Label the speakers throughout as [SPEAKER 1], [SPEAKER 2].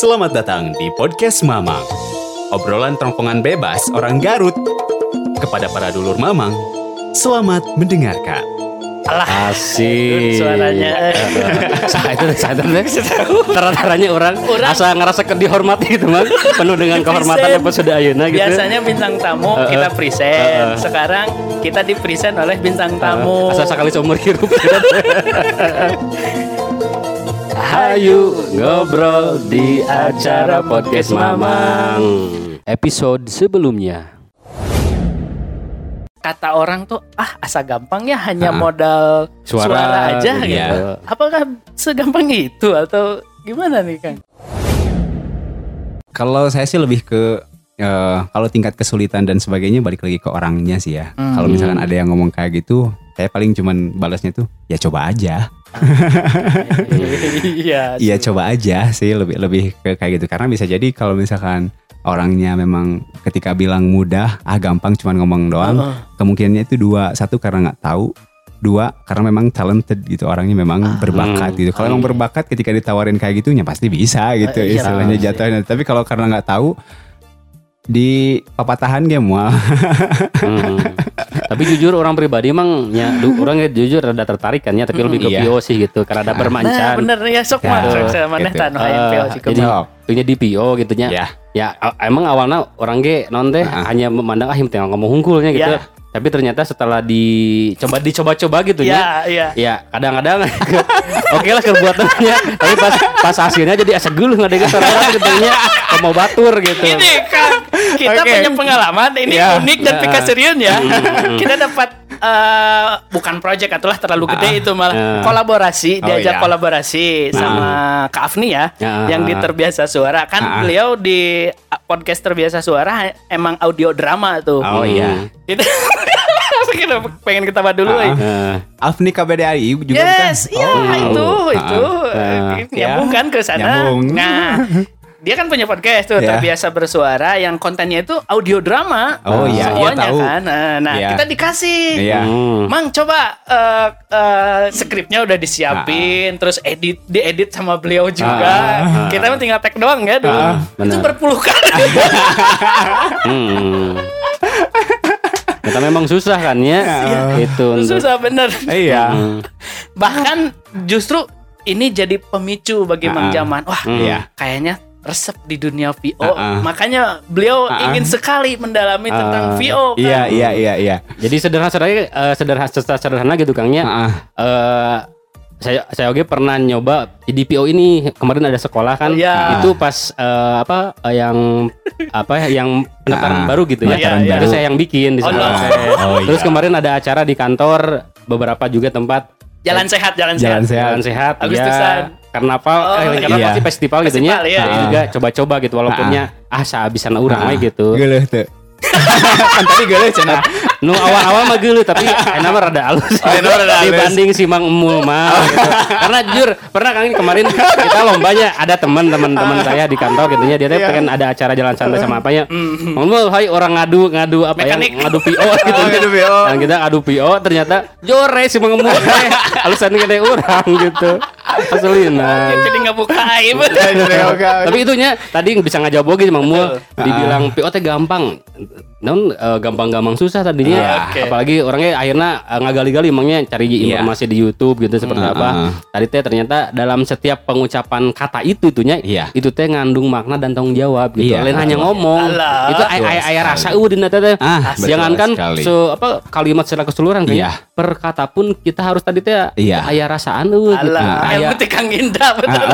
[SPEAKER 1] Selamat datang di Podcast Mamang. Obrolan tongkongan bebas orang Garut. Kepada para dulur Mamang, selamat mendengarkan.
[SPEAKER 2] Alah,
[SPEAKER 3] asik
[SPEAKER 2] suaranya.
[SPEAKER 3] Tara-taranya orang asa ngerasa dihormati gitu mah, penuh dengan kehormatan episode ayeuna gitu.
[SPEAKER 2] Biasanya bintang tamu kita present. Sekarang kita di present oleh bintang tamu.
[SPEAKER 3] Asa sekali seumur hidup. Hayu ngobrol di acara Podcast Mamang. Episode sebelumnya.
[SPEAKER 2] Kata orang tuh asa gampang ya, hanya modal suara aja gitu.
[SPEAKER 3] Iya.
[SPEAKER 2] Apakah segampang itu atau gimana nih Kang?
[SPEAKER 1] Kalau saya sih lebih ke kalau tingkat kesulitan dan sebagainya balik lagi ke orangnya sih ya. Kalau misalkan ada yang ngomong kayak gitu, saya paling cuman balasnya tuh ya coba aja. Iya coba aja sih, lebih ke kayak gitu. Karena bisa jadi kalau misalkan orangnya memang ketika bilang mudah, gampang cuman ngomong doang, kemungkinannya itu dua. Satu karena nggak tahu, dua karena memang talented gitu, orangnya memang berbakat gitu. Kalau emang berbakat ketika ditawarin kayak gitunya pasti bisa gitu istilahnya jatuhnya. Tapi kalau karena nggak tahu, di papatahan game mual.
[SPEAKER 3] Tapi jujur orang pribadi emang orang jujur rada tertarik kan ya, tapi lebih ke PO sih gitu, karena ada bermancan.
[SPEAKER 2] Nah bener ya, sok mana tanu PO sih.
[SPEAKER 3] Jadi punya di PO gitu nya. Ya emang awalnya orang ge non teh hanya memandang yang penting ngomong hungkulnya gitu. Tapi ternyata setelah dicoba-coba gitu ya. Kadang-kadang oke lah kebuatannya. Tapi pas hasilnya jadi asa geuluh ngadege sarana gitu nya mau batur gitu.
[SPEAKER 2] Ini kan kita punya pengalaman ini unik dan pikaserian ya. Kita dapat bukan project atulah terlalu gede itu, malah kolaborasi, diajak kolaborasi sama Kak Afni ya, yang di Terbiasa Suara kan. Beliau di podcast Terbiasa Suara emang audio drama tuh. Itu kita pengen ketawa dulu.
[SPEAKER 1] Afni KBDI juga bukan?
[SPEAKER 2] Yes, itu nyambung kan ke sana. Nah, dia kan punya podcast tuh Terbiasa Bersuara yang kontennya itu audio drama. Semuanya tahu. Kan. Nah, kita dikasih. Mang coba skripnya udah disiapin, terus diedit sama beliau juga. Kita mah tinggal tag doang ya dulu. Itu berpuluh kali.
[SPEAKER 3] Kita memang susah kan ya. Itu
[SPEAKER 2] susah bener.
[SPEAKER 1] Iya.
[SPEAKER 2] Bahkan justru ini jadi pemicu bagi Mang Jaman. Wah, kayaknya resep di dunia VO. Makanya beliau ingin sekali mendalami tentang VO kan.
[SPEAKER 1] Iya. Jadi
[SPEAKER 3] sederhana gitu Kangnya. Saya oke pernah nyoba di PO ini kemarin ada sekolah kan. Itu pas yang pendaftaran baru gitu ya. Itu saya yang bikin di sekolah. Terus kemarin ada acara di kantor, beberapa juga tempat Jalan sehat
[SPEAKER 2] Agustusan.
[SPEAKER 3] Karnaval pasti festival gitu nya. Juga coba-coba gitu walaupunnya bisa urang we gitu.
[SPEAKER 1] Geuleuh teu. Kan tadi geuleuh cenah.
[SPEAKER 3] Nu awal-awal mah geuleuh tapi enak mah rada alus. Dibanding si Mang Emul mah gitu. Karena jujur pernah kemarin kita lombanya ada teman-teman saya di kantor gitu nya, dia pengen ada acara jalan santai sama apanya. Mang Emul orang ngadu ngadu PO gitu. Dan kita ngadu PO ternyata jore si Mang Emul alusan gede urang gitu. Aslina.
[SPEAKER 2] Jadi ngebuka aib.
[SPEAKER 3] Tapi itunya tadi bisa ngajawab oge Mang Emul, dibilang PO teh gampang. Gampang-gampang susah tadinya. Apalagi orangnya akhirnya ngagali-gali emangnya cari informasi di YouTube gitu seperti apa. Tadi teh ternyata dalam setiap pengucapan kata itunya itu teh ngandung makna dan tanggung jawab gitu. Lain hanya ngomong. Itu aya rasa dina teh. Jangankan kalimat secara keseluruhan kayak per kata pun kita harus tadi teh aya rasaan gitu.
[SPEAKER 2] Aya penting Kang Indah betul.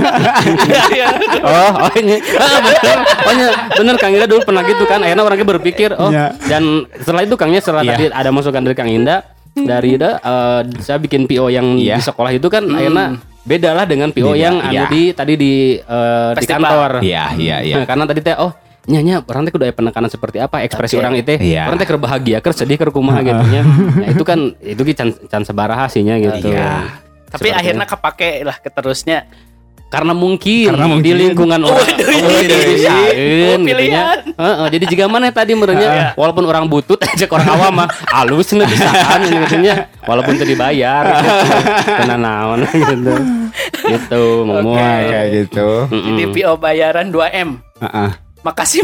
[SPEAKER 3] Bener Kang Indah dulu pernah gitu kan. Akhirnya orangnya berpikir dan setelah itu Kangnya tadi ada masukan dari Kang Indah dari saya bikin PO yang di sekolah itu kan akhirnya beda lah dengan PO yang di kantor. Nah, karena tadi teh nya orang teh kudu aya penekanan seperti apa, ekspresi orang itu orang teh keur bahagia, keur sedih, keur kumaha gitu nya. Nah itu kan can sabaraha hasilnya gitu.
[SPEAKER 2] Tapi akhirnya kepake lah keterusnya.
[SPEAKER 3] karena mungkin di lingkungan orang pilihan. Jadi jika mana tadi menurutnya walaupun orang butut aja orang awam mah halus nih bisaan katanya walaupun teu dibayar gitu. Kena naon gitu. Gitu memuai
[SPEAKER 1] kayak gitu.
[SPEAKER 2] Jadi PO bayaran 2M. Makasih.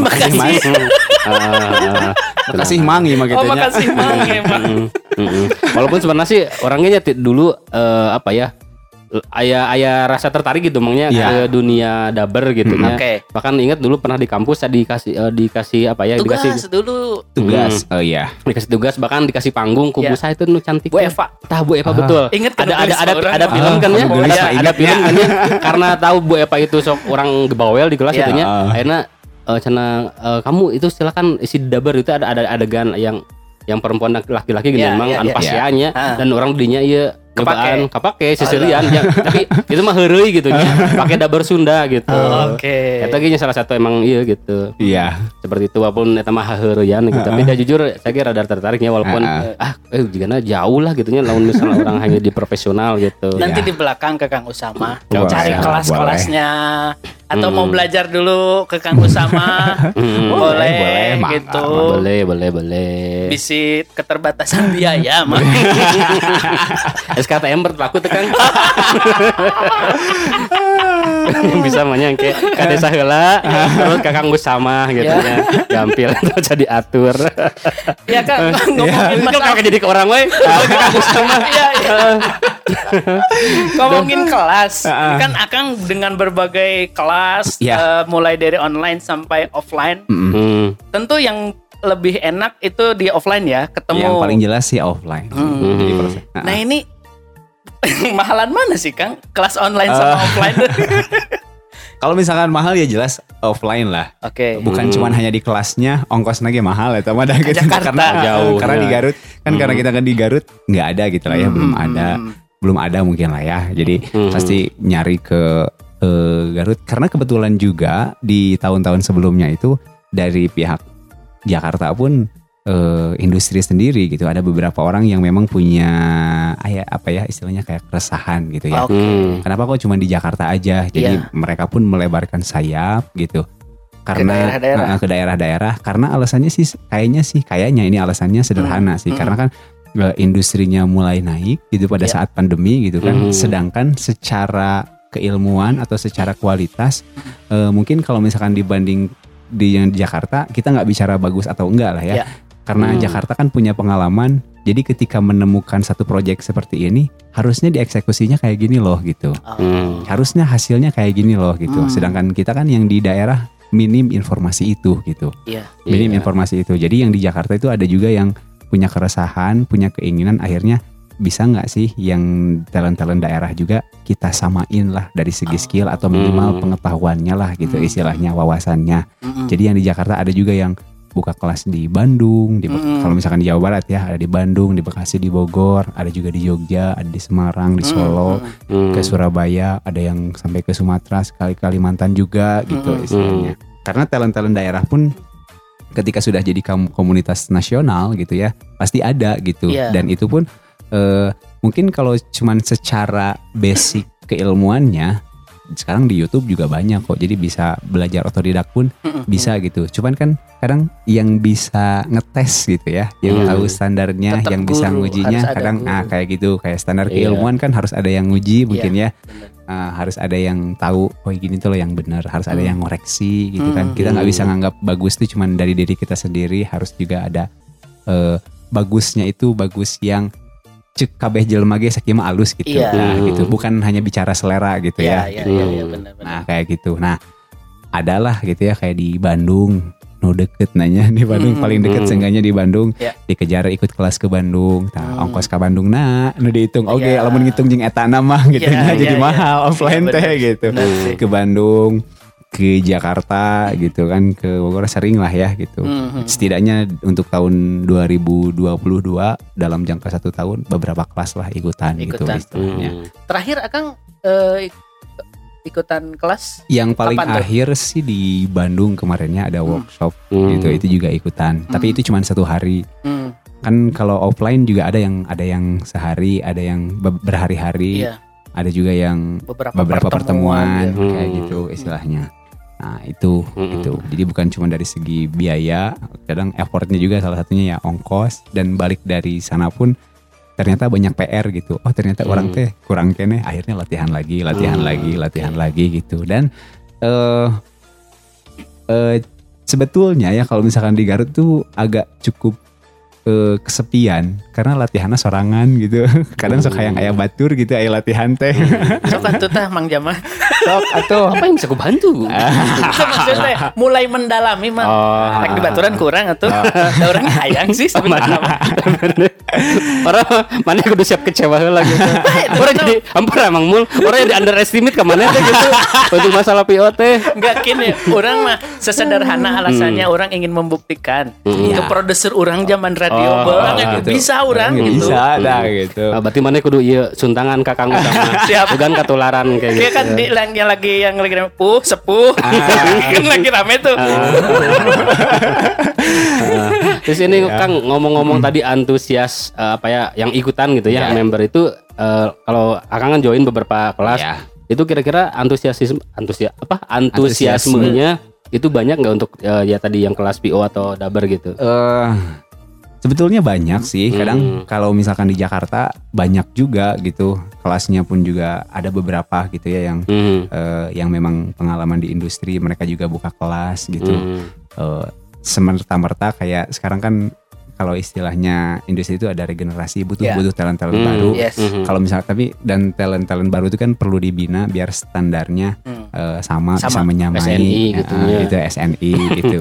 [SPEAKER 1] Makasih mangi mah gitu.
[SPEAKER 2] Makasih mangi emang.
[SPEAKER 3] Walaupun sebenarnya sih orangnya dulu Ayah rasa tertarik gitu emangnya ke dunia daber gitu ya. Bahkan ingat dulu pernah di kampus dikasih apa ya?
[SPEAKER 2] Tugas dulu.
[SPEAKER 1] Tugas. Oh iya.
[SPEAKER 3] Dikasih tugas bahkan dikasih panggung kubu saya itu cantik.
[SPEAKER 2] Bu Eva.
[SPEAKER 3] Bu Eva betul.
[SPEAKER 2] Ingat
[SPEAKER 3] ada film kan ya? Ada film kan ya? Karena tahu Bu Eva itu sok orang gebawel di kelas gitu nya. Akhirnya kamu itu silakan isi daber itu ada adegan yang perempuan laki-laki gitu memang anpasianya dan orang dinya iya kepake sisirian ya, tapi itu mah heureuy gitu nya pakai daber Sunda gitu. Eta ge salah satu emang iya gitu.
[SPEAKER 1] Iya.
[SPEAKER 3] Seperti itu walaupun eta mah heureuyan gitu. Tapi dia jujur saya kira rada tertariknya walaupun jigana jauh lah gitu nya lamun misalnya orang hanya di profesional gitu.
[SPEAKER 2] Nanti di belakang ke Kang Usama cari kelas-kelasnya atau mau belajar dulu ke Kang Usama boleh gitu.
[SPEAKER 3] Boleh.
[SPEAKER 2] Visit keterbatasan biaya mah.
[SPEAKER 3] SKTM berlaku tekan. Bisa manya kayak ka desa heula terus ka Kang Usama gitu nya. Gampil terus jadi atur.
[SPEAKER 2] Ya Kang ngomongin
[SPEAKER 3] masalah jadi ke orang we. Kang Usama. Iya.
[SPEAKER 2] Ngomongin kelas. Kan Akang dengan berbagai kelas mulai dari online sampai offline. Tentu yang lebih enak itu di offline ya, ketemu.
[SPEAKER 1] Yang paling jelas sih offline.
[SPEAKER 2] Nah ini mahalan mana sih Kang? Kelas online sama offline?
[SPEAKER 1] Kalau misalkan mahal ya jelas offline lah. Bukan cuma hanya di kelasnya, ongkosnya ge mahal ya mah gitu. Karena jauh. Karena di Garut kan karena kita kan di Garut nggak ada gitu lah ya, belum ada mungkin lah ya. Jadi pasti nyari ke Garut karena kebetulan juga di tahun-tahun sebelumnya itu dari pihak Jakarta pun industri sendiri gitu, ada beberapa orang yang memang punya istilahnya kayak keresahan gitu ya. Kenapa kok cuma di Jakarta aja? Jadi mereka pun melebarkan sayap gitu karena ke daerah-daerah karena alasannya sih kayaknya ini alasannya sederhana sih karena kan industrinya mulai naik gitu pada saat pandemi gitu kan. Sedangkan secara keilmuan atau secara kualitas mungkin kalau misalkan dibanding di yang di Jakarta kita nggak bicara bagus atau enggak lah ya. Karena Jakarta kan punya pengalaman. Jadi ketika menemukan satu proyek seperti ini harusnya dieksekusinya kayak gini loh gitu. Harusnya hasilnya kayak gini loh gitu. Sedangkan kita kan yang di daerah minim informasi itu gitu. Minim informasi itu. Jadi yang di Jakarta itu ada juga yang punya keresahan, punya keinginan akhirnya bisa nggak sih yang talent-talent daerah juga kita samain lah dari segi skill atau minimal pengetahuannya lah gitu istilahnya wawasannya. Jadi yang di Jakarta ada juga yang buka kelas di Bandung, kalau misalkan di Jawa Barat ya ada di Bandung, di Bekasi, di Bogor, ada juga di Jogja, ada di Semarang, di Solo, ke Surabaya, ada yang sampai ke Sumatera, sekali Kalimantan juga gitu istilahnya. Karena talent-talent daerah pun ketika sudah jadi komunitas nasional gitu ya pasti ada gitu dan itu pun mungkin kalau cuman secara basic keilmuannya sekarang di YouTube juga banyak kok, jadi bisa belajar otodidak pun bisa gitu. Cuman kan kadang yang bisa ngetes gitu ya, yang tahu standarnya, tetap yang bisa ngujinya kadang kayak gitu, kayak standar keilmuan kan harus ada yang nguji mungkin ya. Harus ada yang tahu gini tuh loh yang benar, harus ada yang ngoreksi gitu kan. Kita nggak bisa nganggap bagus tuh cuman dari diri kita sendiri, harus juga ada bagusnya itu bagus yang cek kabeh jelema ge sakieu mah alus gitu. Gitu. Bukan hanya bicara selera gitu ya.
[SPEAKER 2] Benar.
[SPEAKER 1] Nah, kayak gitu. Nah, adalah gitu ya kayak di Bandung, deket nanya di Bandung paling deket seenggaknya di Bandung. Dikejar ikut kelas ke Bandung. Nah, ongkos ke Bandung dihitung. Oke, lamun ngitung jeung etana mah gitu jadi mahal offline teh gitu. Ke Bandung, ke Jakarta gitu kan, ke Bogor sering lah ya gitu. Setidaknya untuk tahun 2022 dalam jangka 1 tahun beberapa kelas lah ikutan. Gitu istilahnya.
[SPEAKER 2] Terakhir Akang ikutan kelas?
[SPEAKER 1] Yang paling akhir sih di Bandung kemarinnya ada workshop gitu, itu juga ikutan. Tapi itu cuma 1 hari. Kan kalau offline juga ada yang sehari, ada yang berhari-hari. ada juga yang beberapa pertemuan kayak gitu istilahnya. Nah itu. Jadi bukan cuma dari segi biaya, kadang effortnya juga salah satunya ya ongkos, dan balik dari sana pun ternyata banyak PR gitu. Oh ternyata orang teh kurang kene, akhirnya latihan lagi gitu. Dan sebetulnya ya kalau misalkan di Garut tuh agak cukup kesepian karena latihannya sorangan gitu. Kadang sok hayang aya batur gitu aya latihan teh.
[SPEAKER 2] Sok atuh tah Mang Jamal.
[SPEAKER 3] Sok atuh apa yang bisa ku bantu?
[SPEAKER 2] Maksudnya mulai mendalami mah. Nek di baturan kurang atuh. Da urang hayang sih sebenarnya.
[SPEAKER 3] Orang mana kudu siap kecewa heula gitu. Orang jadi hampir emang mul, orang jadi underestimate ke mana teh gitu. Untuk masalah PO teh.
[SPEAKER 2] Enggak gini, orang mah sesederhana alasannya orang ingin membuktikan ke produser orang zaman radio banget gitu. Bisa orang gitu.
[SPEAKER 1] Bisa dah gitu.
[SPEAKER 3] Berarti mana kudu ieu suntangan kakang utama.
[SPEAKER 2] Siap.
[SPEAKER 3] Bukan ketularan kayak gitu.
[SPEAKER 2] Dia kan di yang lagi sepuh. Kan lagi rame tuh.
[SPEAKER 3] Terus ini Kang ngomong-ngomong tadi antusias yang ikutan gitu ya, member itu kalau Akang kan join beberapa kelas. Itu kira-kira antusiasmenya itu banyak nggak untuk ya tadi yang kelas PO atau daber gitu?
[SPEAKER 1] Sebetulnya banyak sih. Kadang kalau misalkan di Jakarta banyak juga gitu. Kelasnya pun juga ada beberapa gitu ya yang memang pengalaman di industri, mereka juga buka kelas gitu. Semerta-merta kayak sekarang kan kalau istilahnya industri itu ada regenerasi, butuh talent baru. Kalau misalnya dan talent baru itu kan perlu dibina biar standarnya sama bisa menyamai
[SPEAKER 3] SNI gitu,
[SPEAKER 1] gitu SNI gitu.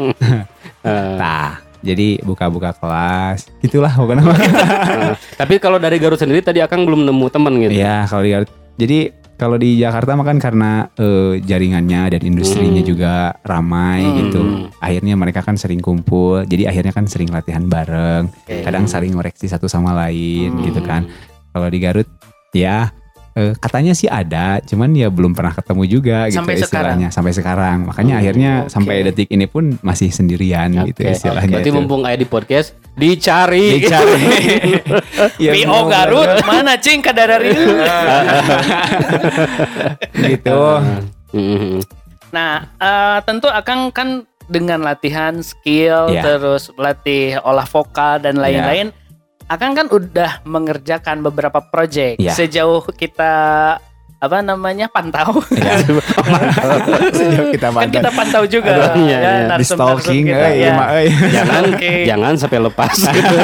[SPEAKER 1] Jadi buka-buka kelas, gitulah pokoknya.
[SPEAKER 3] Tapi kalau dari Garut sendiri tadi Akang belum nemu teman gitu.
[SPEAKER 1] Iya, kalau di Garut. Jadi kalau di Jakarta mah kan karena jaringannya dan industrinya juga ramai gitu. Akhirnya mereka kan sering kumpul. Jadi akhirnya kan sering latihan bareng. Kadang saling ngoreksi satu sama lain gitu kan. Kalau di Garut ya katanya sih ada, cuman ya belum pernah ketemu juga gitu istilahnya sampai sekarang. Makanya akhirnya sampai detik ini pun masih sendirian gitu istilahnya.
[SPEAKER 3] Berarti mumpung ada di podcast dicari.
[SPEAKER 2] PO Garut mana cing kadarari.
[SPEAKER 1] Gitu.
[SPEAKER 2] Nah, tentu Akang kan dengan latihan skill terus latih olah vokal dan lain-lain. Akang kan udah mengerjakan beberapa project sejauh kita pantau.
[SPEAKER 1] Sejauh kita pantau.
[SPEAKER 2] Kan kita pantau juga
[SPEAKER 1] di stalking
[SPEAKER 3] jangan sampai lepas.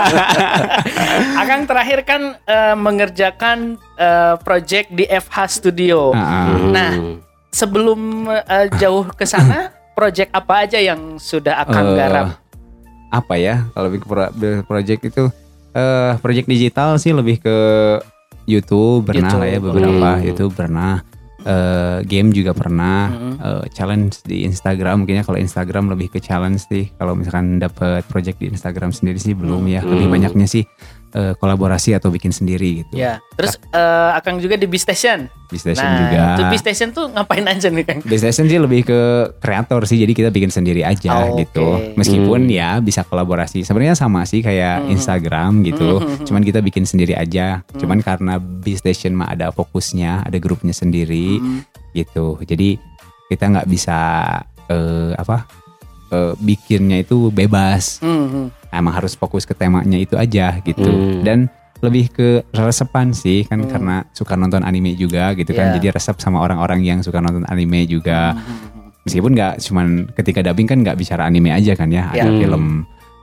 [SPEAKER 2] Akang terakhir kan mengerjakan project di FH Studio. Nah, sebelum jauh ke sana, project apa aja yang sudah Akang garap?
[SPEAKER 1] Apa ya? Kalau project itu project digital sih lebih ke YouTube pernah lah ya beberapa. YouTube pernah, game juga pernah, challenge di Instagram. Mungkinnya kalau Instagram lebih ke challenge sih. Kalau misalkan dapat project di Instagram sendiri sih belum ya. Lebih banyaknya sih kolaborasi atau bikin sendiri gitu.
[SPEAKER 2] Ya. Terus Akang juga di B-Station.
[SPEAKER 1] B-Station juga.
[SPEAKER 2] Itu B-Station tuh ngapain aja nih Kang?
[SPEAKER 1] B-Station sih lebih ke kreator sih. Jadi kita bikin sendiri aja gitu. Meskipun ya bisa kolaborasi. Sebenarnya sama sih kayak Instagram gitu. Cuman kita bikin sendiri aja. Cuman karena B-Station mah ada fokusnya, ada grupnya sendiri gitu. Jadi kita nggak bisa bikinnya itu bebas. Emang harus fokus ke temanya itu aja gitu. Dan lebih ke resepan sih kan karena suka nonton anime juga gitu kan. Jadi resep sama orang-orang yang suka nonton anime juga. Meskipun nggak cuman ketika dubbing kan nggak bicara anime aja kan ya. Ada film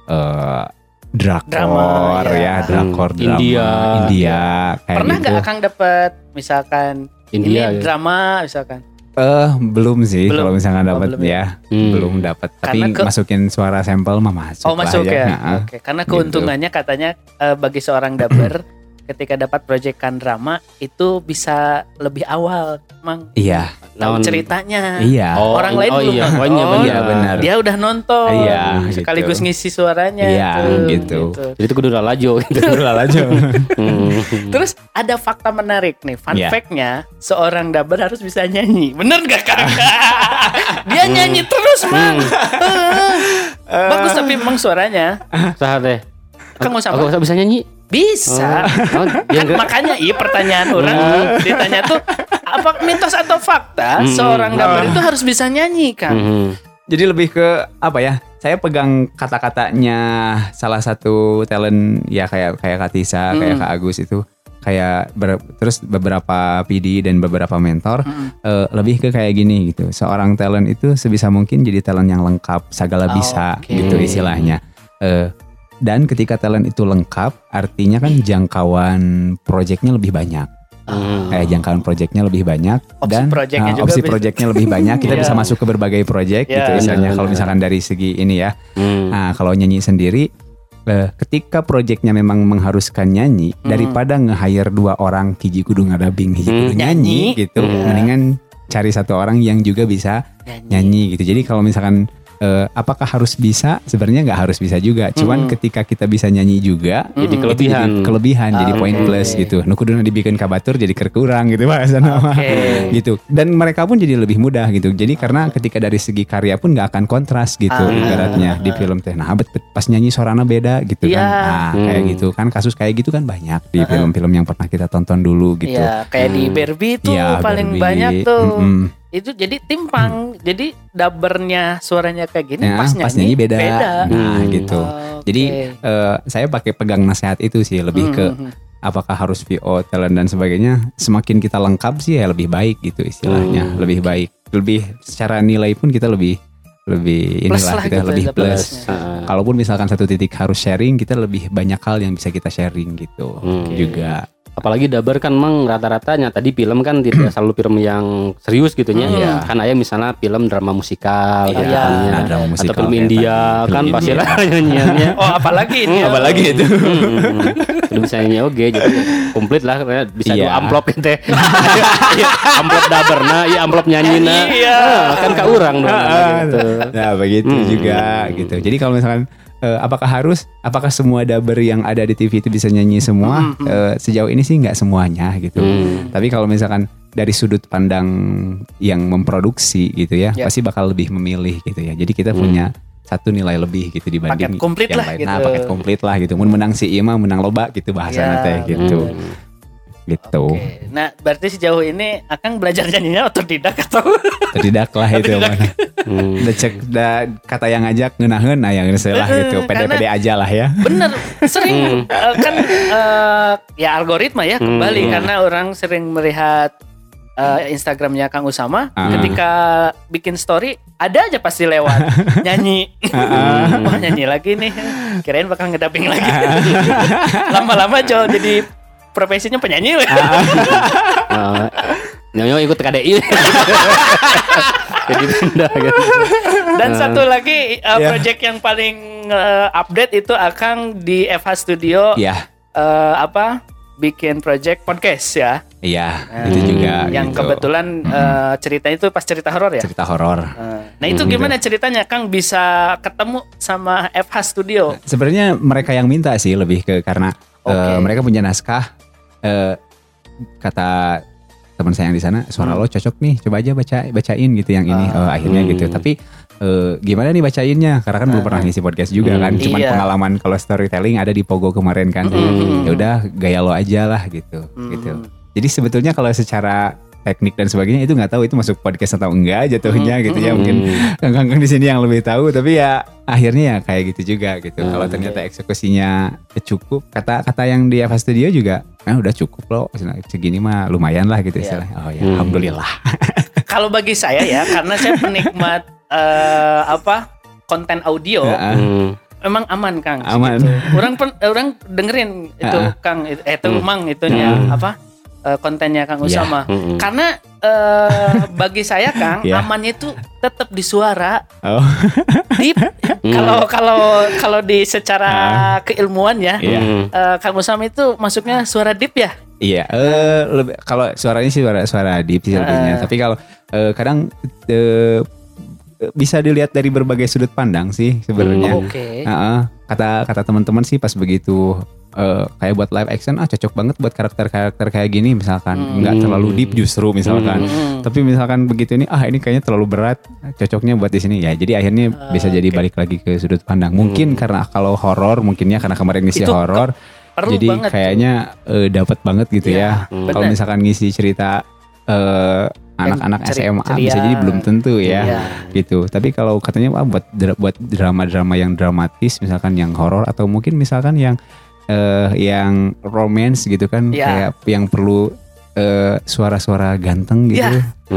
[SPEAKER 1] drakor drakor India kayak
[SPEAKER 2] pernah
[SPEAKER 1] gitu.
[SPEAKER 2] Nggak Akang dapat misalkan
[SPEAKER 3] India,
[SPEAKER 2] ini drama misalkan?
[SPEAKER 1] Belum sih kalau misalkan dapat ya. Belum dapat. Tapi masukin suara sampel mah masuk.
[SPEAKER 2] Oh masuk ya. Oke. Karena keuntungannya katanya bagi seorang dubber ketika dapat proyekan drama itu bisa lebih awal, Mang.
[SPEAKER 1] Iya.
[SPEAKER 2] Tahu ceritanya.
[SPEAKER 1] Iya.
[SPEAKER 2] Orang lain belum nonton.
[SPEAKER 1] Iya benar.
[SPEAKER 2] Dia udah nonton.
[SPEAKER 1] Iya.
[SPEAKER 2] Sekaligus ngisi suaranya.
[SPEAKER 1] Iya gitu.
[SPEAKER 3] Jadi itu kudu lalajo gitu.
[SPEAKER 2] Terus ada fakta menarik nih. Fun fact-nya seorang dubber harus bisa nyanyi. Bener gak Kang? Dia nyanyi terus, Mang. Bagus tapi memang suaranya.
[SPEAKER 3] Sahat deh.
[SPEAKER 2] Kang mau sama?
[SPEAKER 3] Aku bisa nyanyi.
[SPEAKER 2] Bisa. Makanya pertanyaan orang ditanya tuh apa mitos atau fakta seorang dubber itu harus bisa nyanyi kan?
[SPEAKER 1] Jadi lebih ke apa ya? Saya pegang kata-katanya salah satu talent ya kayak Kak Tisa, kayak Kak Agus itu kayak terus beberapa PD dan beberapa mentor lebih ke kayak gini gitu. Seorang talent itu sebisa mungkin jadi talent yang lengkap, segala bisa gitu istilahnya. Dan ketika talent itu lengkap, artinya kan jangkauan proyeknya lebih banyak. Jangkauan proyeknya lebih banyak dan opsi proyeknya lebih banyak. Kita bisa masuk ke berbagai proyek gitu misalnya kalau misalkan dari segi ini ya. Nah kalau nyanyi sendiri, ketika proyeknya memang mengharuskan nyanyi, daripada nge-hire 2 orang hiji kudu ngadabing hiji kudu nyanyi gitu, mendingan cari 1 orang yang juga bisa nyanyi gitu. Jadi kalau misalkan apakah harus bisa? Sebenarnya nggak harus bisa juga. Cuman ketika kita bisa nyanyi juga, jadi kelebihan, jadi poin plus gitu. Nu kuduna dibikin kabatur jadi kerkurang gitu bahasa nama. Gitu. Dan mereka pun jadi lebih mudah gitu. Jadi karena ketika dari segi karya pun nggak akan kontras gitu ibaratnya di film teh. Nah, pas nyanyi suaranya beda gitu kan. Nah, kayak gitu kan kasus kayak gitu kan banyak di film-film yang pernah kita tonton dulu gitu.
[SPEAKER 2] Iya, kayak di Barbie tuh paling banyak tuh. Itu jadi timpang. Jadi dubbernya suaranya kayak gini, pas nyanyi beda.
[SPEAKER 1] Nah gitu. Jadi saya pakai pegang nasihat itu sih, lebih ke apakah harus VO, talent dan sebagainya. Semakin kita lengkap sih ya lebih baik gitu istilahnya. Lebih baik. Lebih secara nilai pun kita lebih inilah kita gitu, lebih plus. Kalaupun misalkan satu titik harus sharing, kita lebih banyak hal yang bisa kita sharing gitu juga.
[SPEAKER 3] Apalagi dubber kan memang rata-ratanya tadi film kan tidak selalu film yang serius gitu nya. Kan ada misalnya film drama musikal drama musikal, atau film India kan pasti lah nyanyiannya.
[SPEAKER 2] Apalagi ini.
[SPEAKER 3] Apalagi itu. Film nyanyi jadi komplit lah bisa dua amplop gitu. Amplop dubberna, amplop nyanyina. Kan ka urang dong gitu.
[SPEAKER 1] Nah, begitu juga gitu. Jadi kalau misalkan apakah semua dubber yang ada di TV itu bisa nyanyi semua? Sejauh ini sih nggak semuanya gitu. Tapi kalau misalkan dari sudut pandang yang memproduksi gitu ya, pasti bakal lebih memilih gitu ya. Jadi kita punya satu nilai lebih gitu dibanding
[SPEAKER 2] paket komplit yang lain.
[SPEAKER 1] Gitu. Nah, paket komplit lah gitu. Menang si Ima menang loba gitu bahasanya teh gitu. Gitu.
[SPEAKER 2] Nah, berarti sejauh ini Akang belajar nyanyinya otodidak atau?
[SPEAKER 1] Otodidak lah itu mana. Kata yang ngajak ngeunaheun yang lah gitu. Pede-pede aja lah ya.
[SPEAKER 2] Bener, sering kan ya algoritma ya kembali karena orang sering melihat Instagramnya Kang Usama ketika bikin story ada aja pasti lewat nyanyi. Wah, nyanyi lagi nih. Kirain bakal ngedabing lagi. Lama-lama jadi profesinya penyanyi lah.
[SPEAKER 3] Nyonya ikut KDI. Jadi pindah gitu.
[SPEAKER 2] Dan satu lagi project yang paling update itu Akang di FH Studio. Bikin project podcast ya.
[SPEAKER 1] Iya, itu juga.
[SPEAKER 2] Yang gitu. Kebetulan ceritanya itu pas cerita horor ya.
[SPEAKER 1] Cerita horor.
[SPEAKER 2] Nah itu gimana ceritanya Kang bisa ketemu sama FH Studio?
[SPEAKER 1] Sebenarnya mereka yang minta sih lebih ke karena mereka punya naskah. Kata teman saya yang di sana, suara lo cocok nih, coba aja bacain gitu yang ini. Akhirnya gitu. Tapi gimana nih bacainnya? Karena kan belum pernah ngisi podcast juga kan. Cuman pengalaman kalau storytelling ada di Pogo kemarin kan. Ya udah gaya lo aja lah gitu. Gitu. Jadi sebetulnya kalau secara teknik dan sebagainya itu nggak tahu itu masuk podcast atau enggak jatuhnya gitu ya, mungkin kang-kang di sini yang lebih tahu, tapi ya akhirnya ya kayak gitu juga gitu. Kalau ternyata eksekusinya cukup, kata yang di FH Studio juga udah cukup loh, segini mah lumayan lah gitu istilahnya. Oh ya alhamdulillah.
[SPEAKER 2] Kalau bagi saya ya, karena saya penikmat konten audio, memang aman Kang.
[SPEAKER 1] Aman.
[SPEAKER 2] Gitu. Orang dengerin itu Kang itu Mang itunya kontennya Kang Usama. Karena bagi saya Kang amannya itu tetap di suara. Deep. Kalau di secara keilmuan ya, Kang Usama itu masuknya suara deep ya.
[SPEAKER 1] Iya, kalau suaranya sih suara deep sih lebihnya. Tapi kalau kadang bisa dilihat dari berbagai sudut pandang sih sebenarnya. Kata teman-teman sih pas begitu kayak buat live action cocok banget buat karakter kayak gini misalkan, nggak terlalu deep justru misalkan. Tapi misalkan begitu ini ini kayaknya terlalu berat, cocoknya buat di sini ya. Jadi akhirnya bisa jadi balik lagi ke sudut pandang. Mungkin karena kalau horor mungkinnya karena kemarin ngisi horor Perlu jadi banget kayaknya dapat banget gitu ya. Kalau misalkan ngisi cerita anak-anak SMA bisa jadi belum tentu ya gitu. Tapi kalau katanya buat drama-drama yang dramatis, misalkan yang horor atau mungkin misalkan yang romance gitu kan, kayak yang perlu suara-suara ganteng gitu.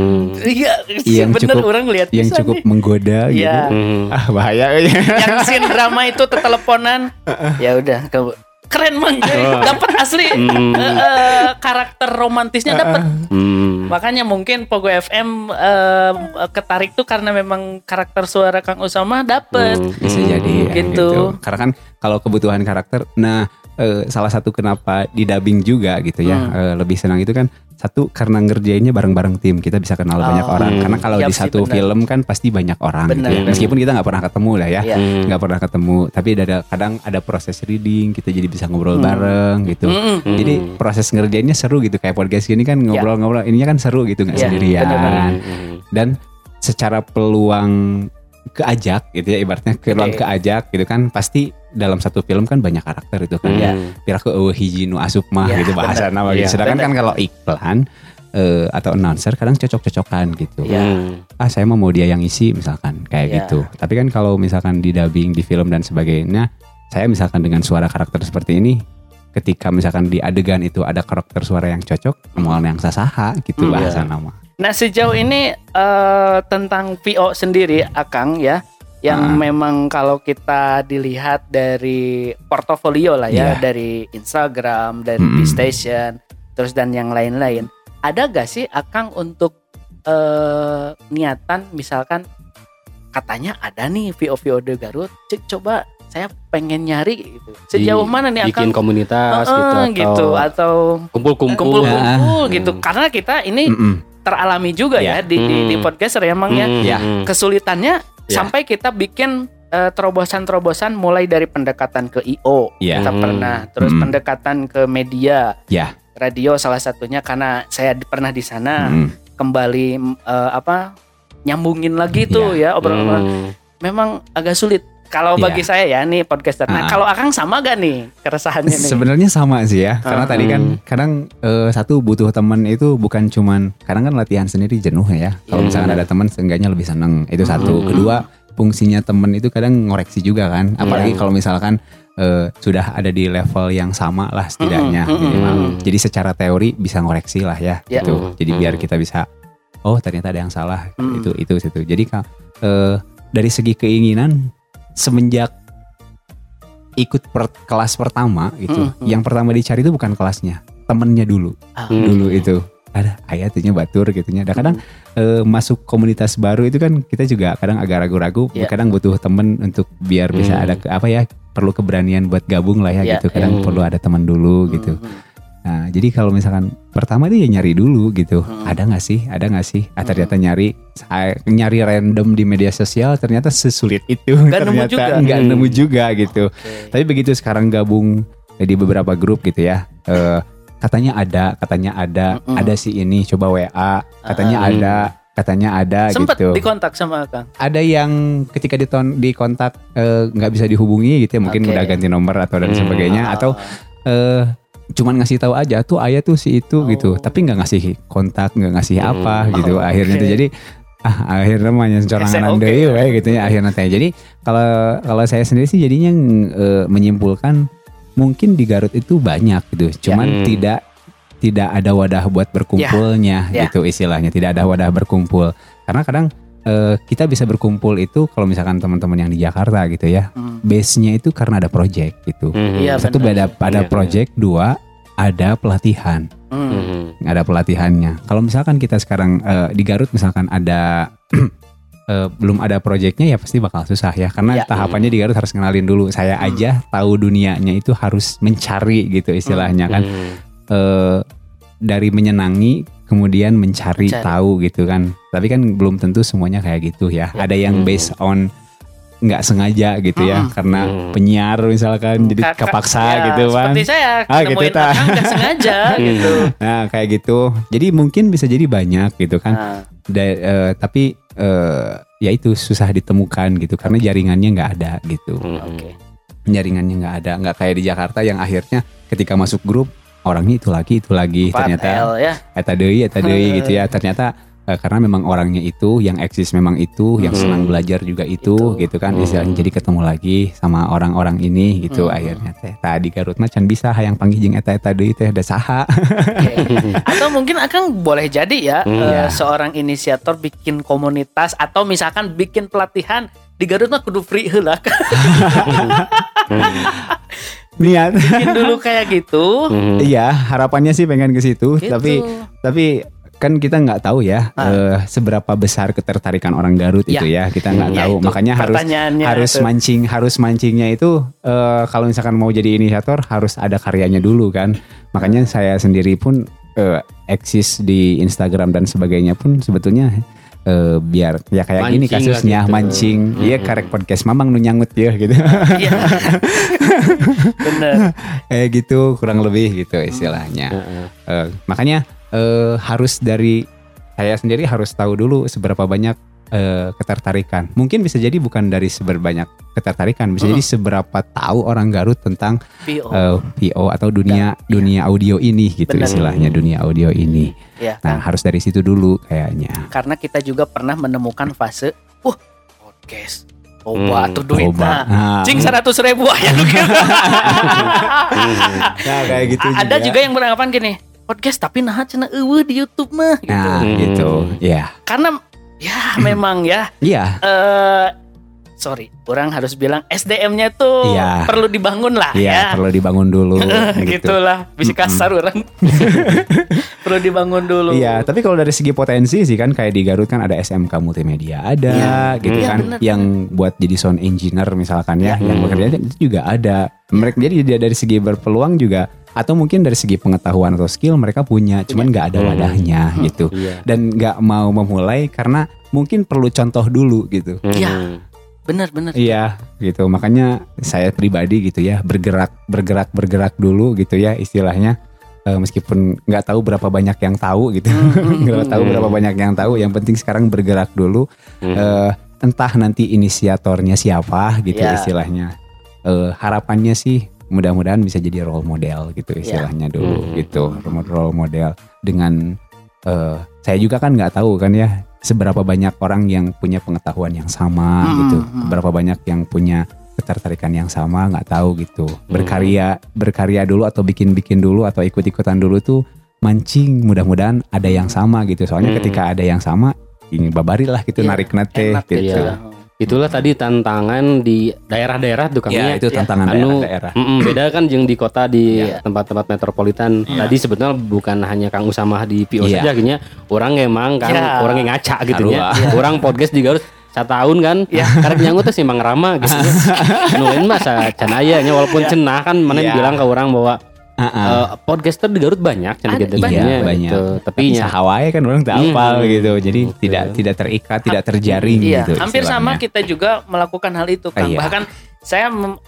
[SPEAKER 2] Yang bener orang lihat
[SPEAKER 1] yang cukup menggoda gitu. Bahaya.
[SPEAKER 2] Yang scene drama itu teteleponan. Ya udah keren man, dapat asli karakter romantisnya dapat. Makanya mungkin Pogo FM ketarik tuh karena memang karakter suara Kang Usama dapat.
[SPEAKER 1] Bisa jadi gitu. Karena kan kalau kebutuhan karakter, salah satu kenapa di dubbing juga gitu ya, lebih senang itu kan satu karena ngerjainnya bareng-bareng tim, kita bisa kenal banyak orang. Karena kalau di satu film kan pasti banyak orang gitu ya. Meskipun kita nggak pernah ketemu lah ya, nggak pernah ketemu, tapi kadang ada proses reading, kita jadi bisa ngobrol bareng gitu. Jadi proses ngerjainnya seru gitu, kayak podcast gini kan ngobrol-ngobrol, ininya kan seru gitu, nggak sendirian. Dan secara peluang keajak gitu ya, ibaratnya peluang keajak gitu kan, pasti dalam satu film kan banyak karakter itu kan. Piraku hiji nu asup mah gitu bahasa nama gitu. Sedangkan kan kalau iklan atau announcer kadang cocok-cocokan gitu. Saya mau dia yang isi misalkan kayak gitu. Tapi kan kalau misalkan di dubbing, di film dan sebagainya, saya misalkan dengan suara karakter seperti ini, ketika misalkan di adegan itu ada karakter suara yang cocok, omongan yang sasaha gitu bahasa nama.
[SPEAKER 2] Nah sejauh ini tentang VO sendiri Akang ya, yang memang kalau kita dilihat dari portofolio lah ya, dari Instagram, dari P-Station, terus dan yang lain-lain, ada gak sih Akang untuk niatan misalkan katanya ada nih VO The Garut, coba saya pengen nyari gitu. Sejauh mana nih Akang
[SPEAKER 3] bikin komunitas
[SPEAKER 2] gitu atau kumpul-kumpul gitu, karena kita ini teralami juga ya di podcaster ya emang ya. Kesulitannya sampai kita bikin terobosan-terobosan mulai dari pendekatan ke IO kita pernah, terus pendekatan ke media, radio salah satunya karena saya pernah di sana, kembali nyambungin lagi tuh ya obrolan. Memang agak sulit kalau bagi saya ya nih podcaster. Nah kalau Akang sama gak nih keresahannya nih?
[SPEAKER 1] Sebenarnya sama sih ya, karena tadi kan kadang satu butuh teman itu bukan cuman, kadang kan latihan sendiri jenuh ya. Kalau misalkan ada teman seenggaknya lebih seneng, itu satu. Kedua, fungsinya teman itu kadang ngoreksi juga kan, apalagi kalau misalkan sudah ada di level yang sama lah setidaknya minimal. Jadi secara teori bisa ngoreksi lah ya gitu. Jadi biar kita bisa, oh ternyata ada yang salah itu situ. Jadi dari segi keinginan, semenjak ikut kelas pertama gitu, yang pertama dicari itu bukan kelasnya, temennya dulu. Dulu itu ada ayatnya batur gitunya. Kadang masuk komunitas baru itu kan kita juga kadang agak ragu-ragu, kadang butuh temen untuk biar bisa ada perlu keberanian buat gabung lah ya gitu. Kadang perlu ada teman dulu gitu. Nah, jadi kalau misalkan pertama itu ya nyari dulu gitu. Ada nggak sih? Ternyata nyari random di media sosial ternyata sesulit itu. Ternyata nggak nemu juga gitu. Tapi begitu sekarang gabung di beberapa grup gitu ya. Katanya ada si ini, coba WA. Katanya ada
[SPEAKER 2] sempet
[SPEAKER 1] gitu.
[SPEAKER 2] Sempet dikontak sama Kang?
[SPEAKER 1] Ada yang ketika dikontak nggak bisa dihubungi gitu ya. Mungkin udah ganti nomor atau dan sebagainya. Atau cuman ngasih tahu aja tuh ayah tuh si itu gitu, tapi nggak ngasih kontak, nggak ngasih apa gitu. Akhirnya tuh jadi akhirnya namanya corangan deui we gitu ya akhirnya teh. Jadi kalau saya sendiri sih jadinya menyimpulkan mungkin di Garut itu banyak gitu, cuman tidak ada wadah buat berkumpulnya gitu istilahnya, tidak ada wadah berkumpul. Karena kadang kita bisa berkumpul itu kalau misalkan teman-teman yang di Jakarta gitu ya, base-nya itu karena ada project gitu. Satu ada project, dua ada pelatihan. Ada pelatihannya. Kalau misalkan kita sekarang di Garut misalkan ada belum ada projectnya ya pasti bakal susah ya, karena tahapannya di Garut harus kenalin dulu. Saya aja tahu dunianya itu harus mencari gitu istilahnya kan. Dari menyenangi kemudian mencari tahu gitu kan. Tapi kan belum tentu semuanya kayak gitu ya. Ada yang based on nggak sengaja gitu ya, karena penyiar misalkan jadi kepaksa gitu kan.
[SPEAKER 2] Seperti saya nemuin Akang nggak sengaja gitu.
[SPEAKER 1] Nah kayak gitu. Jadi mungkin bisa jadi banyak gitu kan. Tapi ya itu susah ditemukan gitu karena jaringannya nggak ada gitu. Jaringannya nggak ada, nggak kayak di Jakarta yang akhirnya ketika masuk grup orangnya itu lagi ternyata eta deui gitu ya, ternyata karena memang orangnya itu yang eksis memang itu yang senang belajar juga itu gitu kan, istilahnya jadi ketemu lagi sama orang-orang ini gitu. Akhirnya teh tadi Garut mah can bisa hayang panggih jeung eta deui teh da saha.
[SPEAKER 2] Atau mungkin Akang boleh jadi ya seorang inisiator bikin komunitas atau misalkan bikin pelatihan di Garut mah kudu free heula.
[SPEAKER 1] Niat
[SPEAKER 2] bikin dulu kayak gitu.
[SPEAKER 1] Iya, harapannya sih pengen ke situ, gitu. tapi kan kita nggak tahu ya seberapa besar ketertarikan orang Garut itu ya, kita nggak tahu. Makanya harus mancingnya itu kalau misalkan mau jadi inisiator harus ada karyanya dulu kan. Makanya saya sendiri pun eksis di Instagram dan sebagainya pun sebetulnya biar ya kayak mancing gini kasusnya gitu. Mancing iya karek podcast mamang nu nyangut ya gitu. Bener kayak gitu kurang lebih gitu istilahnya. Makanya harus dari saya sendiri harus tahu dulu seberapa banyak ketertarikan. Mungkin bisa jadi bukan dari seberbanyak ketertarikan, bisa jadi seberapa tahu orang Garut tentang VO atau dunia audio ini gitu. Bener. Istilahnya dunia audio ini. Ya, nah harus dari situ dulu kayaknya.
[SPEAKER 2] Karena kita juga pernah menemukan fase podcast coba tuh duitnya cing 100.000 ya.
[SPEAKER 1] Nah kayak gitu
[SPEAKER 2] ada juga yang beranggapan gini, podcast tapi nah cenah eueuh di YouTube mah gitu.
[SPEAKER 1] Nah, gitu. Ya.
[SPEAKER 2] Karena ya memang ya.
[SPEAKER 1] Iya.
[SPEAKER 2] Sorry, orang harus bilang SDM-nya tuh perlu dibangun lah ya.
[SPEAKER 1] Perlu dibangun dulu.
[SPEAKER 2] Gitulah, bisa kasar orang. Perlu dibangun dulu.
[SPEAKER 1] Iya, tapi kalau dari segi potensi sih kan kayak di Garut kan ada SMK Multimedia ada gitu kan. Bener. Yang buat jadi sound engineer misalkan ya. Yang bekerja itu juga ada. Mereka jadi dari segi berpeluang juga. Atau mungkin dari segi pengetahuan atau skill mereka punya, cuman nggak ada wadahnya gitu. Dan nggak mau memulai karena mungkin perlu contoh dulu gitu.
[SPEAKER 2] Iya. Benar.
[SPEAKER 1] Iya, gitu. Makanya saya pribadi gitu ya, bergerak dulu gitu ya istilahnya. Meskipun nggak tahu berapa banyak yang tahu gitu, nggak tahu berapa banyak yang tahu. Yang penting sekarang bergerak dulu. Entah nanti inisiatornya siapa gitu istilahnya. Harapannya sih mudah-mudahan bisa jadi role model gitu istilahnya dulu gitu, role model dengan saya juga kan nggak tahu kan ya seberapa banyak orang yang punya pengetahuan yang sama gitu, berapa banyak yang punya ketertarikan yang sama, nggak tahu gitu. Berkarya dulu atau bikin dulu atau ikut-ikutan dulu tuh mancing, mudah-mudahan ada yang sama gitu. Soalnya ketika ada yang sama, ini babari lah gitu, narik nate gitu.
[SPEAKER 3] Itulah tadi tantangan di daerah-daerah tuh Kang.
[SPEAKER 1] Ya, itu tantangan daerah-daerah.
[SPEAKER 3] Beda kan jeung di kota di tempat-tempat metropolitan. Tadi sebetulnya bukan hanya Kang Usamah di PO saja gini. Orang emang kan orang yang ngaca gitu ya. Orang podcast di Garut 1 tahun kan. Karek nyangut teh simpang rama gitu. Nulen mah can aya nya walaupun cenah kan mana bilang ke orang bahwa podcaster di Garut banyak
[SPEAKER 1] gitu. Iya, banyak. Gitu. Tapi Hawaii kan orang tak hafal gitu. Jadi tidak terikat, tidak terjaring gitu.
[SPEAKER 2] Hampir sama kita juga melakukan hal itu kan. Bahkan saya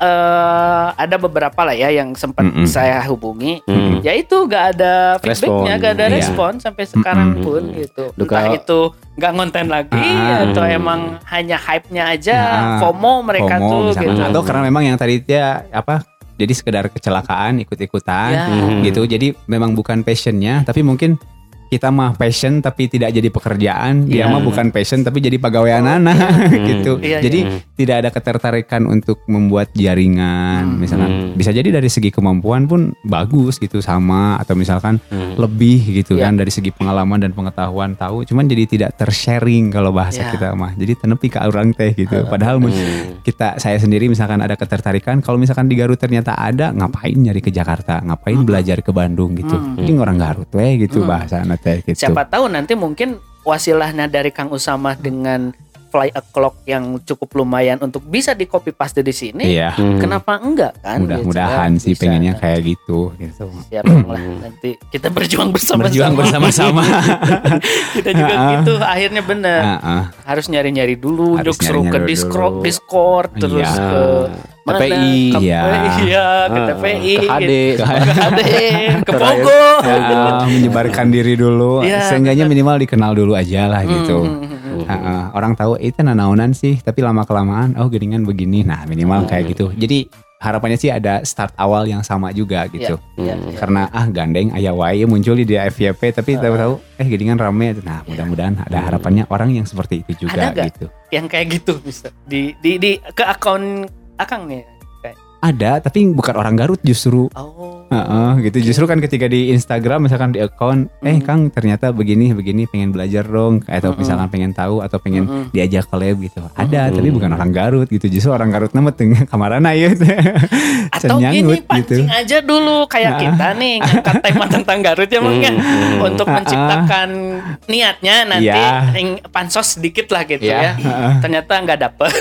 [SPEAKER 2] ada beberapa lah ya yang sempat saya hubungi. Ya itu gak ada feedbacknya, gak ada respon sampai sekarang pun gitu. Entah itu gak ngonten lagi atau emang hanya hype-nya aja, FOMO mereka tuh gitu.
[SPEAKER 1] Atau karena memang yang tadi dia jadi sekedar kecelakaan ikut-ikutan gitu. Jadi memang bukan passionnya, tapi mungkin kita mah passion tapi tidak jadi pekerjaan. Dia mah bukan passion tapi jadi pegawaianana gitu. Jadi tidak ada ketertarikan untuk membuat jaringan. Misalkan bisa jadi dari segi kemampuan pun bagus gitu sama, atau misalkan lebih gitu kan dari segi pengalaman dan pengetahuan tahu. Cuman jadi tidak tersharing kalau bahasa kita mah. Jadi tenepi ke orang teh gitu. Padahal saya sendiri misalkan ada ketertarikan, kalau misalkan di Garut ternyata ada, ngapain nyari ke Jakarta, ngapain belajar ke Bandung gitu. Ini orang Garut gitu bahasa gitu.
[SPEAKER 2] Siapa tahu nanti mungkin wasilahnya dari Kang Usamah dengan fly o'clock yang cukup lumayan untuk bisa di copy paste di sini. Kenapa enggak kan?
[SPEAKER 1] Mudah-mudahan sih bisa, pengennya kayak gitu.
[SPEAKER 2] Siap lah, nanti kita berjuang bersama-sama. Kita juga gitu akhirnya benar. Harus nyari-nyari dulu, seru ke Discord terus ke
[SPEAKER 3] TPI,
[SPEAKER 2] ke TPI,
[SPEAKER 3] ke HD,
[SPEAKER 2] ke Pogo,
[SPEAKER 1] menyebarkan diri dulu, seenggaknya minimal dikenal dulu aja lah gitu. Orang tahu itu nanaonan sih, tapi lama kelamaan geningan begini. Nah minimal kayak gitu. Jadi harapannya sih ada start awal yang sama juga gitu. Karena gandeng aya wae muncul di FYP tapi tahu-tahu gini kan rame. Nah, mudah-mudahan ada harapannya orang yang seperti itu juga
[SPEAKER 2] ada
[SPEAKER 1] gitu.
[SPEAKER 2] Yang kayak gitu bisa di ke akun Akang nih.
[SPEAKER 1] Ada, tapi bukan orang Garut justru. Gitu. Justru kan ketika di Instagram misalkan di account, Kang ternyata begini pengen belajar dong, atau misalkan pengen tahu atau pengen diajak collab gitu. Ada, tapi bukan orang Garut gitu. Justru orang Garut nama tengah kamarana ya.
[SPEAKER 2] Atau gini pancing gitu aja dulu kayak kita nih ngangkat tema tentang Garut ya Bang untuk menciptakan niatnya nanti pansos sedikit lah gitu ya. Ternyata nggak dapet.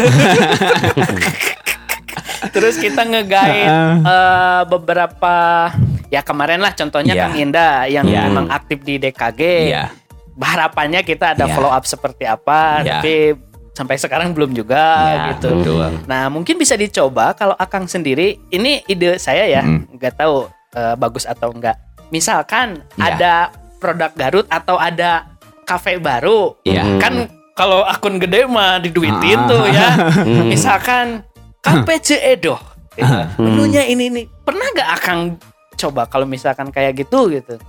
[SPEAKER 2] Terus kita nge-guide beberapa ya kemarin lah contohnya Kang Indah yang memang aktif di DKG. Harapannya kita ada follow up seperti apa, tapi sampai sekarang belum juga gitu.
[SPEAKER 1] Betul.
[SPEAKER 2] Nah mungkin bisa dicoba kalau Akang sendiri, ini ide saya ya, nggak tahu bagus atau enggak. Misalkan ada produk Garut atau ada kafe baru, kan kalau akun gede mah diduitin tuh ya. Misalkan KPC Edo, menunya ini nih. Pernah gak Akang coba kalau misalkan kayak gitu?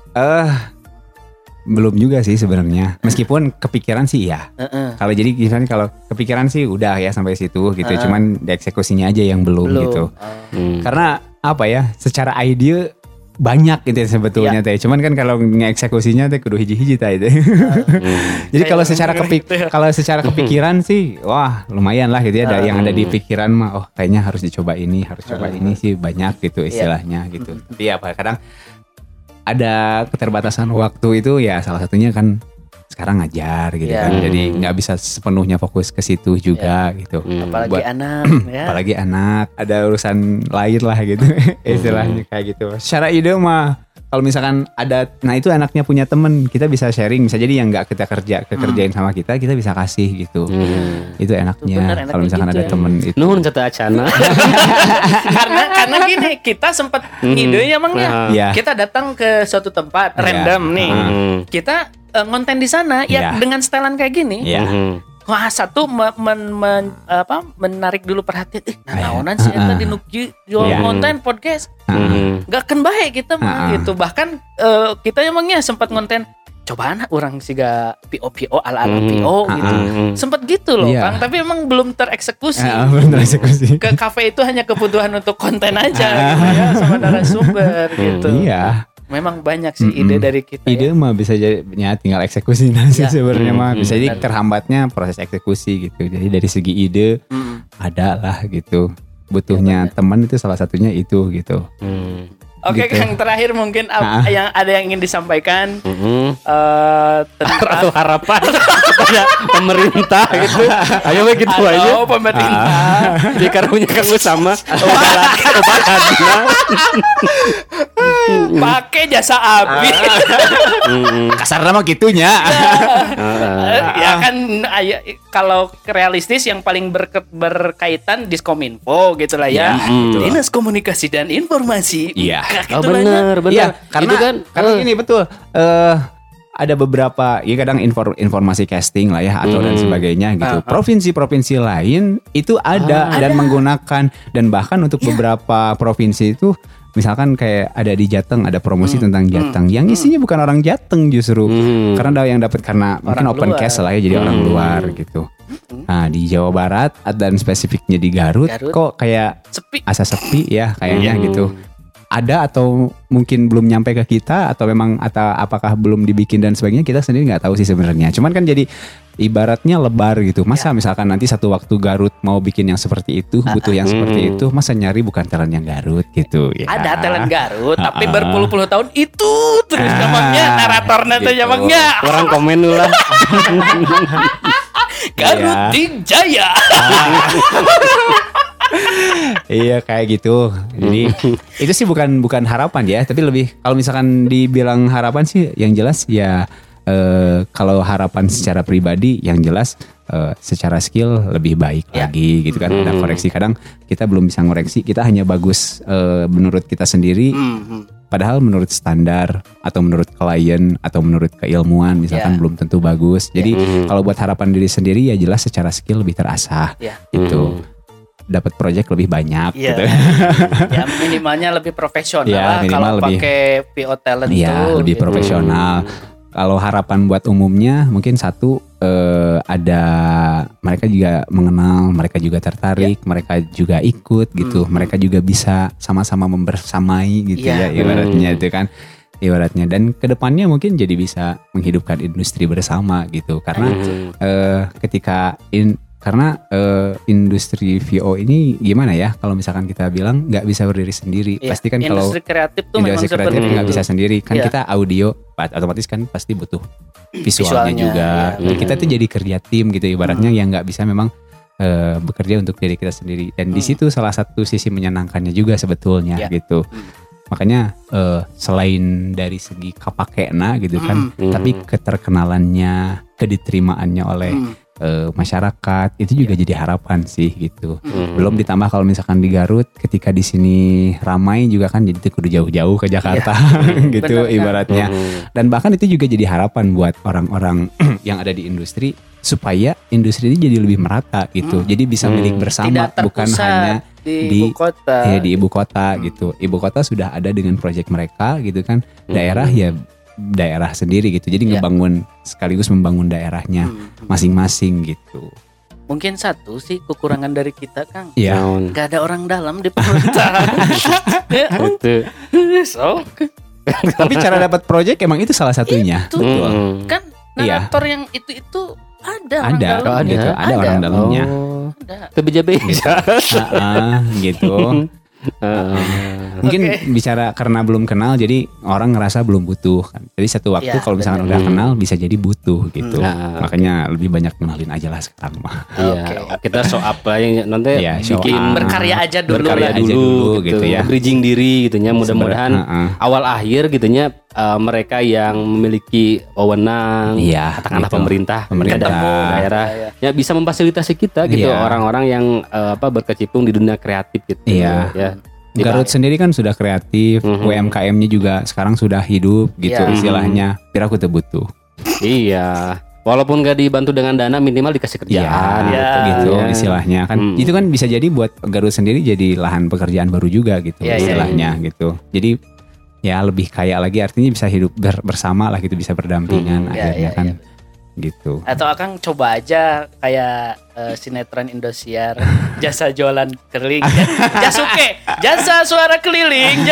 [SPEAKER 1] Belum juga sih sebenarnya. Meskipun kepikiran sih ya. Kalau jadi misalnya kalau kepikiran sih udah ya sampai situ gitu. Cuman dieksekusinya aja yang belum. Gitu. Karena apa ya? Secara ide banyak gitu sebetulnya teh. Cuman kan kalau ngeksekusinya teh kudu hiji-hiji teh itu. Jadi kalau secara kepikiran sih wah lumayan lah gitu ya. Yang ada di pikiran mah kayaknya harus dicoba ini, harus coba ini sih banyak gitu istilahnya gitu. Tapi apa kadang ada keterbatasan waktu itu ya, salah satunya kan sekarang ngajar gitu kan. Jadi nggak bisa sepenuhnya fokus ke situ juga gitu. Apalagi anak ada urusan lain lah gitu. Istilahnya kayak gitu. Secara ide mah kalau misalkan ada, nah itu anaknya punya temen, kita bisa sharing, bisa jadi yang nggak kita kerjain sama kita bisa kasih gitu. Itu enaknya kalau misalkan gitu ada temen itu.
[SPEAKER 3] Nuhun kata acana.
[SPEAKER 2] karena gini, kita sempat idenya emangnya kita datang ke suatu tempat random nih, kita ngonten di sana dengan setelan kayak gini. Wah, satu menarik dulu perhatian. Naonan sih eta di nuki ngonten podcast. Gak ken bae kita mah gitu. Bahkan kita emangnya sempat ngonten cobaan orang siga PO ala PO gitu. Sempat gitu loh, Kang, tapi emang belum tereksekusi. Ke kafe itu hanya kebutuhan untuk konten aja gitu ya, sama narasumber gitu. Memang banyak sih ide dari kita.
[SPEAKER 1] Ide mah bisa jadi tinggal eksekusi sih sebenarnya mah. Bisa jadi terhambatnya proses eksekusi gitu. Jadi dari segi ide ada lah gitu. Butuhnya teman itu salah satunya itu gitu.
[SPEAKER 2] Oke, gitu. Kang, terakhir mungkin yang ada yang ingin disampaikan tentang
[SPEAKER 3] harapan kepada pemerintah gitu. Ayo gitu aja.
[SPEAKER 2] Pemerintah.
[SPEAKER 3] Di karunya Kang sama
[SPEAKER 2] pakai jasa abi.
[SPEAKER 1] Kasar nama gitunya.
[SPEAKER 2] Ya kan kalau realistis yang paling berkaitan Diskominfo gitu lah ya. Dinas Komunikasi dan Informasi.
[SPEAKER 3] Benar.
[SPEAKER 1] Ya, karena ini betul. Ada beberapa kadang informasi casting lah ya atau dan sebagainya gitu. Provinsi-provinsi lain itu ada dan menggunakan, dan bahkan untuk beberapa provinsi itu misalkan kayak ada di Jateng ada promosi tentang Jateng yang isinya bukan orang Jateng justru. Karena ada yang dapat karena mungkin open cast lah ya, jadi orang luar gitu. Nah, di Jawa Barat dan spesifiknya di Garut kok kayak sepi ya kayaknya gitu. Ada atau mungkin belum nyampe ke kita atau memang apakah belum dibikin dan sebagainya, kita sendiri nggak tahu sih sebenarnya. Cuman kan jadi ibaratnya lebar gitu. Masa misalkan nanti satu waktu Garut mau bikin yang seperti itu, butuh yang seperti itu, masa nyari bukan talent yang Garut gitu ya.
[SPEAKER 2] Ada talent Garut tapi berpuluh-puluh tahun itu terus namanya naratornya tuh namanya.
[SPEAKER 3] Orang komen dulu lah.
[SPEAKER 2] Garut Jaya.
[SPEAKER 1] Iya kayak gitu. Jadi itu sih bukan harapan ya, tapi lebih kalau misalkan dibilang harapan sih yang jelas ya kalau harapan secara pribadi yang jelas secara skill lebih baik lagi gitu kan. Ada koreksi, kadang kita belum bisa ngoreksi, kita hanya bagus menurut kita sendiri. Padahal menurut standar atau menurut klien atau menurut keilmuan misalkan belum tentu bagus. Jadi kalau buat harapan diri sendiri ya jelas secara skill lebih terasah gitu. dapat project lebih banyak gitu.
[SPEAKER 2] Ya minimalnya lebih profesional
[SPEAKER 1] ya,
[SPEAKER 2] kalau pakai PO talent
[SPEAKER 1] ya, lebih gitu. Profesional. Kalau harapan buat umumnya mungkin satu ada mereka juga mengenal, mereka juga tertarik, mereka juga ikut gitu, mereka juga bisa sama-sama membersamai gitu ya ibaratnya itu kan. Ibaratnya dan kedepannya mungkin jadi bisa menghidupkan industri bersama gitu karena karena industri VO ini gimana ya kalau misalkan kita bilang nggak bisa berdiri sendiri pasti kan kalau
[SPEAKER 2] industri kreatif tuh
[SPEAKER 1] industri kreatif nggak bisa sendiri kan kita audio otomatis kan pasti butuh visualnya juga kita tuh jadi kerja tim gitu ibaratnya yang nggak bisa memang bekerja untuk diri kita sendiri dan di situ salah satu sisi menyenangkannya juga sebetulnya gitu. Makanya selain dari segi kapakena gitu kan, tapi keterkenalannya, kediteraimaannya oleh masyarakat itu juga jadi harapan sih gitu. Belum ditambah kalau misalkan di Garut, ketika di sini ramai juga kan jadi kudu jauh-jauh ke Jakarta gitu ibaratnya. Dan bahkan itu juga jadi harapan buat orang-orang yang ada di industri supaya industri ini jadi lebih merata gitu. Jadi bisa milik bersama, bukan hanya di ibu kota. Ya, di ibu kota gitu. Ibu kota sudah ada dengan proyek mereka gitu kan. Daerah ya daerah sendiri gitu. Jadi ngebangun sekaligus membangun daerahnya masing-masing gitu.
[SPEAKER 2] Mungkin satu sih kekurangan dari kita Kang.
[SPEAKER 1] Iya.
[SPEAKER 2] Gak ada orang dalam di pemerintahan.
[SPEAKER 3] Itu.
[SPEAKER 2] So.
[SPEAKER 1] Tapi cara dapat proyek emang itu salah satunya.
[SPEAKER 2] Itu kan narator yang itu ada
[SPEAKER 1] orang dalamnya.
[SPEAKER 3] Tapi bisa
[SPEAKER 1] gitu. Mungkin bicara karena belum kenal jadi orang ngerasa belum butuh kan. Jadi satu waktu kalau misalkan udah kenal bisa jadi butuh gitu. Makanya lebih banyak kenalin aja lah sekarang mah.
[SPEAKER 3] Kita show up lah yang nanti bikin
[SPEAKER 2] berkarya aja dulu
[SPEAKER 3] gitu ya. Bridging diri gitu ya. Mudah-mudahan awal akhir gitu ya mereka yang memiliki wewenang katakanlah pemerintah daerah ya bisa memfasilitasi kita gitu orang-orang yang berkecimpung di dunia kreatif gitu ya.
[SPEAKER 1] Garut sendiri kan sudah kreatif, UMKM-nya juga sekarang sudah hidup gitu istilahnya. Biar aku butuh.
[SPEAKER 3] Iya. Walaupun gak dibantu dengan dana minimal dikasih kerjaan
[SPEAKER 1] gitu istilahnya kan. Itu kan bisa jadi buat Garut sendiri jadi lahan pekerjaan baru juga gitu istilahnya gitu. Jadi ya lebih kaya lagi artinya bisa hidup bersama lah gitu, bisa berdampingan akhirnya kan. Gitu.
[SPEAKER 2] Atau Akang coba aja kayak sinetron Indosiar, jasa jualan keliling, jasa suara keliling.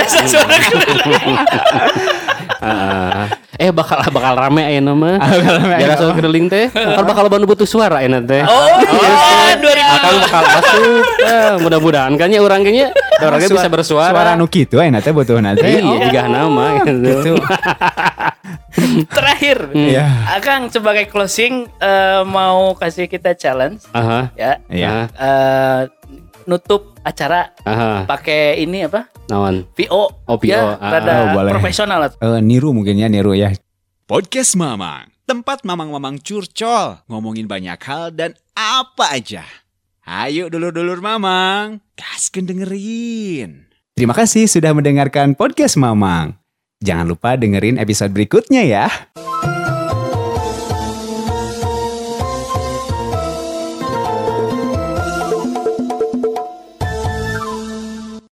[SPEAKER 3] Bakal rame ayeuna mah. Jasa suara keliling teh, bakal butuh suara ayeuna teh.
[SPEAKER 2] 2000
[SPEAKER 3] Akang bakal masuk. Mudah-mudahan kan ya orangnya bisa bersuara.
[SPEAKER 1] Suara nu kitu ayeuna teh butuh nanti.
[SPEAKER 3] Juga nama gitu.
[SPEAKER 2] Terakhir, Akang sebagai closing mau kasih kita challenge, nutup acara pakai ini apa?
[SPEAKER 3] Naon?
[SPEAKER 2] VO. Rada profesional.
[SPEAKER 1] Niru ya. Podcast Mamang, tempat mamang-mamang curcol, ngomongin banyak hal dan apa aja. Ayo dulur-dulur Mamang, gaskeun dengerin. Terima kasih sudah mendengarkan Podcast Mamang. Jangan lupa dengerin episode berikutnya ya.